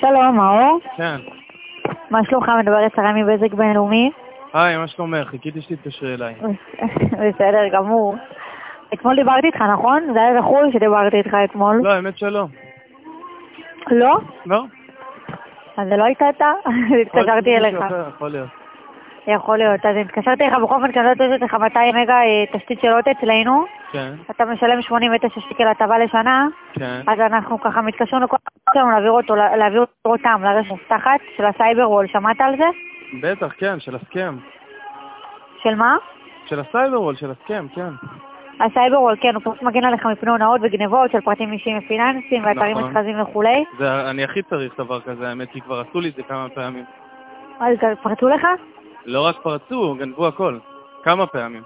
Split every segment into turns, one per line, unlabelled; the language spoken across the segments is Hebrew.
שלום, מאור.
כן.
מה שלומך? מדברת שרה מבזק בינלאומי.
היי, מה שלומך? חיכיתי שתתקשרי אליי.
בסדר, גמור. אתמול דיברתי איתך, נכון? זה היה זכור שדיברתי איתך אתמול.
לא, האמת שלא.
לא?
לא.
אז זה לא הייתה אתה? התקשרתי אליך.
יכול להיות.
יכול להיות. אז התקשרתי אליך בכל אופן, כזאת יש לך 200 מגה תשתית של עוט אצלנו.
כן.
אתה משלם 89 שקל הטבה לשנה.
כן.
אז אנחנו ככה מתקשרים לכל שלנו להעביר אותם לרשת מובטחת של הסייבר וול. שמעת על זה?
בטח, כן, של הסכם.
של מה?
של הסייבר וול, של הסכם, כן.
הסייבר וול, כן, הוא פשוט מגן עליך מפני הונאות וגנבות של פרטים אישיים ופיננסיים ואתרים מתחזים וכולי.
אני הכי צריך דבר כזה, האמת, כי כבר עשו לי את זה כמה פעמים.
אז פרצו לך?
לא רק פרצו, גנבו הכל. כמה פעמים.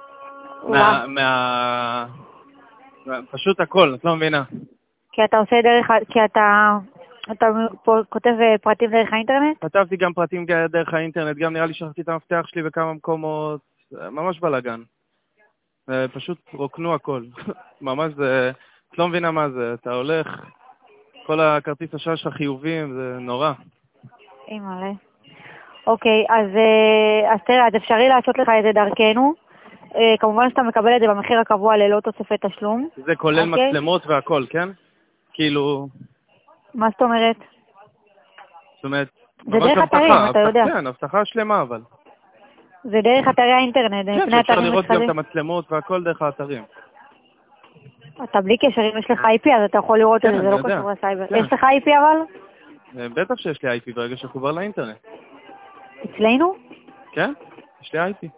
פשוט הכל, את לא מבינה.
כי אתה עושה דרך, כי אתה כותב פרטים דרך האינטרנט?
כתבתי גם פרטים דרך האינטרנט, גם נראה לי שכחתי את המפתח שלי בכמה מקומות, ממש בלגן. פשוט רוקנו הכל. ממש זה, את לא מבינה מה זה, אתה הולך, כל הכרטיס אשראי שלך חיובים, זה נורא.
אימא'לה. אוקיי, אז תראה, אז אפשרי לעשות לך את זה דרכנו. כמובן שאתה מקבל את זה במחיר הקבוע ללא תוספת תשלום.
זה כולל מצלמות והכל, כן? כאילו...
מה זאת אומרת?
זאת אומרת,
זה דרך אתרים, אתה יודע.
כן, הבטחה שלמה, אבל.
זה דרך אתרי האינטרנט.
כן, שאפשר לראות גם את המצלמות והכל דרך האתרים.
אתה בלי קשר, אם יש לך IP, אז אתה יכול לראות את זה, זה לא קשור לסייבר. יש לך IP אבל?
בטח שיש לי IP ברגע שחובר לאינטרנט.
אצלנו?
כן, יש לי IP.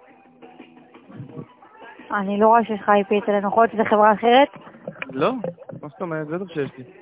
אני לא רואה שיש לך IP אצלנו, יכול להיות שזה חברה אחרת?
לא, מה זאת אומרת? בטח שיש לי.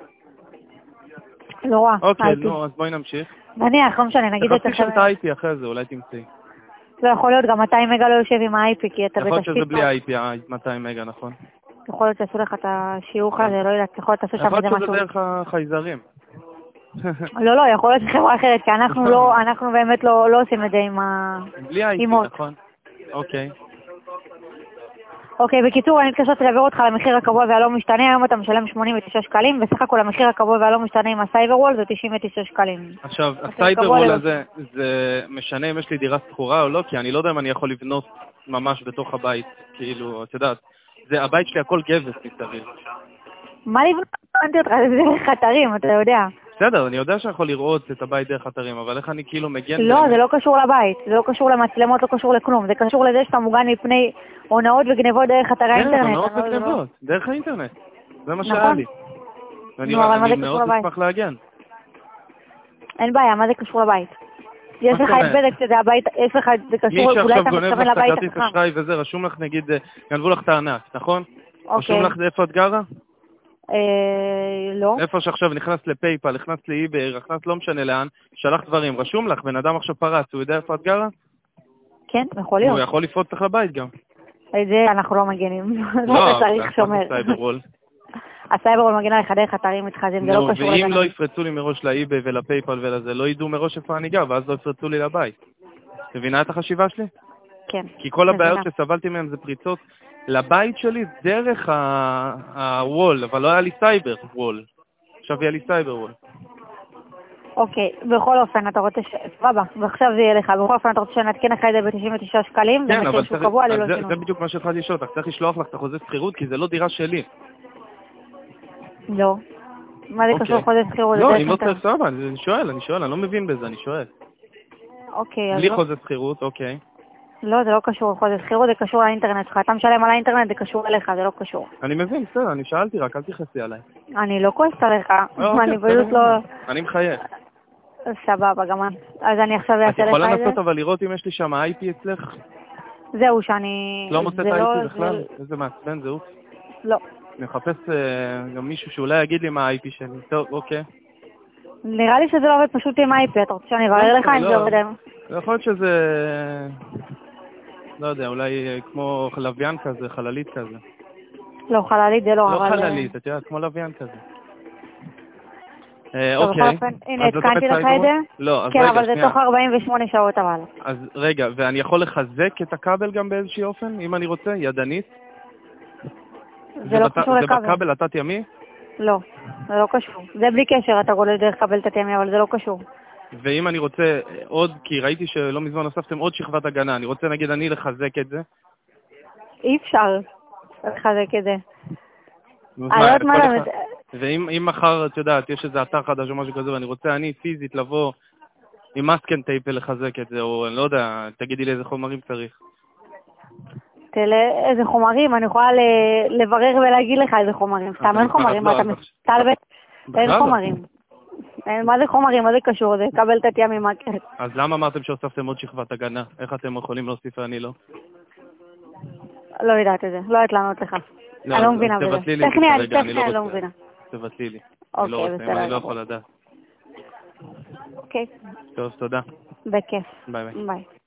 לא רואה.
אוקיי, נו, אז בואי נמשיך.
נניח, לא משנה, נגיד את
תחפשי שם את ה-IP אחרי זה, אולי תמצאי.
זה יכול להיות, גם 200 מגה לא יושב עם ה-IP, כי אתה
יכול להיות
בתשתית...
שזה בלי ה-IP, 200 מגה, נכון?
יכול להיות שעשו לך את השיוך הזה, לא יודעת, יכול להיות שעשו שם
יכול
איזה
להיות
משהו.
שזה דרך החייזרים.
לא, לא, יכול להיות שחברה אחרת, כי אנחנו באמת לא עושים את זה עם ה...
בלי ה-IP, נכון. אוקיי.
אוקיי, בקיצור, אני מתקשרתי להעביר אותך למחיר הקבוע והלא משתנה, היום אתה משלם 89 שקלים, בסך הכל המחיר הקבוע והלא משתנה עם הסייבר וול זה 99 שקלים.
עכשיו, הסייבר וול הזה, זה משנה אם יש לי דירה שכורה או לא, כי אני לא יודע אם אני יכול לבנות ממש בתוך הבית, כאילו, את יודעת, הבית שלי הכל גבס מסביב.
מה לבנות? הבנתי אותך, זה דרך אתרים, אתה יודע.
בסדר, אני יודע שאני יכול לראות את הבית דרך אתרים, אבל איך אני כאילו מגן...
לא, זה לא קשור לבית, זה לא קשור למצלמות, לא קשור לכלום, זה קשור לזה שאתה מוגן מפני הונאות וגנבות דרך אתרי האינטרנט.
כן, הונאות וגנבות, דרך האינטרנט, זה מה שהיה לי. אני מאוד אשמח להגן.
אין בעיה, מה זה קשור לבית? יש לך את בדק שזה הבית, יש לך, זה קשור, אולי אתה מתכוון לבית
לך כרטיס אשראי וזה, רשום לך נגיד, גנבו לך את הארנק, נכון? רשום לך איפה את גרה?
לא.
איפה שעכשיו נכנס לפייפל, נכנס לאיבר, נכנס לא משנה לאן, שלח דברים, רשום לך, בן אדם עכשיו פרץ, הוא יודע איפה את גרה?
כן, יכול להיות.
הוא יכול לפרוץ לך לבית גם.
את זה אנחנו לא מגנים.
לא,
צריך שומר. הסייבר וול מגן עליך דרך אתרים מתחזים, זה לא קשור
ואם לא יפרצו לי מראש לאיבי ולפייפל ולזה, לא ידעו מראש איפה אני גר, ואז לא יפרצו לי לבית. מבינה את החשיבה שלי?
כן.
כי כל הבעיות שסבלתי מהן זה פריצות לבית שלי דרך הוול, אבל לא היה לי סייבר וול. עכשיו יהיה לי סייבר וול.
אוקיי, בכל אופן אתה רוצה סבבה, ועכשיו זה יהיה לך, בכל אופן אתה רוצה שנתקן לך את זה ב-99 שקלים,
כן, אבל זה בדיוק מה שהתחלתי לשאול אותך, צריך לשלוח לך את החוזה שכירות, כי זה לא דירה שלי.
לא. מה זה קשור חוזה שכירות?
לא, אם לא צריך סבבה, אני שואל, אני לא מבין בזה, אני שואל.
אוקיי,
בלי חוזה שכירות, אוקיי.
לא, זה לא קשור לחוזה שכירות, זה קשור לאינטרנט שלך. אתה משלם על האינטרנט, זה קשור אליך, זה לא קשור.
אני מבין, בסדר, אני שאלתי רק, אל תכעסי עליי.
אני לא כועסת עליך, אני פשוט לא...
אני מחייך.
סבבה, גם אז אני עכשיו אעשה לך את זה.
את יכולה לנסות אבל לראות אם יש לי שם IP אצלך?
זהו, שאני...
לא מוצאת IP בכלל? איזה מעצבן, זהו?
לא.
אני מחפש גם מישהו שאולי יגיד לי מה ה-IP שלי. טוב, אוקיי.
נראה לי שזה לא עובד פשוט עם IP, אתה רוצה שאני אברר לך אם זה עובד עם...
יכול להיות שזה... לא יודע, אולי כמו לוויין כזה, חללית כזה.
לא, חללית זה לא,
אבל... לא חללית, את יודעת, כמו לוויין כזה.
אוקיי. הנה, התקנתי לך את זה?
לא, אז
כן,
רגע,
אבל זה תוך 48 שעות אבל.
אז רגע, ואני יכול לחזק את הכבל גם באיזושהי אופן, אם אני רוצה, ידנית?
זה לא קשור לכבל.
זה בכבל התת ימי?
לא. זה לא קשור. זה בלי קשר, אתה רוצה דרך קבל תתימי, אבל זה לא קשור.
ואם אני רוצה עוד, כי ראיתי שלא מזמן הוספתם עוד שכבת הגנה, אני רוצה נגיד אני לחזק את זה.
אי אפשר לחזק את זה.
ואם מחר, את יודעת, יש איזה אתר חדש או משהו כזה, ואני רוצה אני פיזית לבוא עם מסקן טייפ ולחזק את זה, או אני לא יודע, תגידי לי איזה חומרים צריך.
איזה חומרים, אני יכולה לברר ולהגיד לך איזה חומרים. סתם אין חומרים, אתה מסתלבט, אין חומרים. מה זה חומרים, מה זה קשור? זה קבל תתימי מהקרת.
אז למה אמרתם שהוספתם עוד שכבת הגנה? איך אתם יכולים להוסיף ואני לא?
לא יודעת את זה, לא יודעת לענות לך. אני לא מבינה בזה. טכני, אני לא מבינה.
תבטלי לי.
אוקיי, בסדר.
אני לא יכול לדעת.
אוקיי.
טוב, תודה.
בכיף.
ביי ביי.
ביי.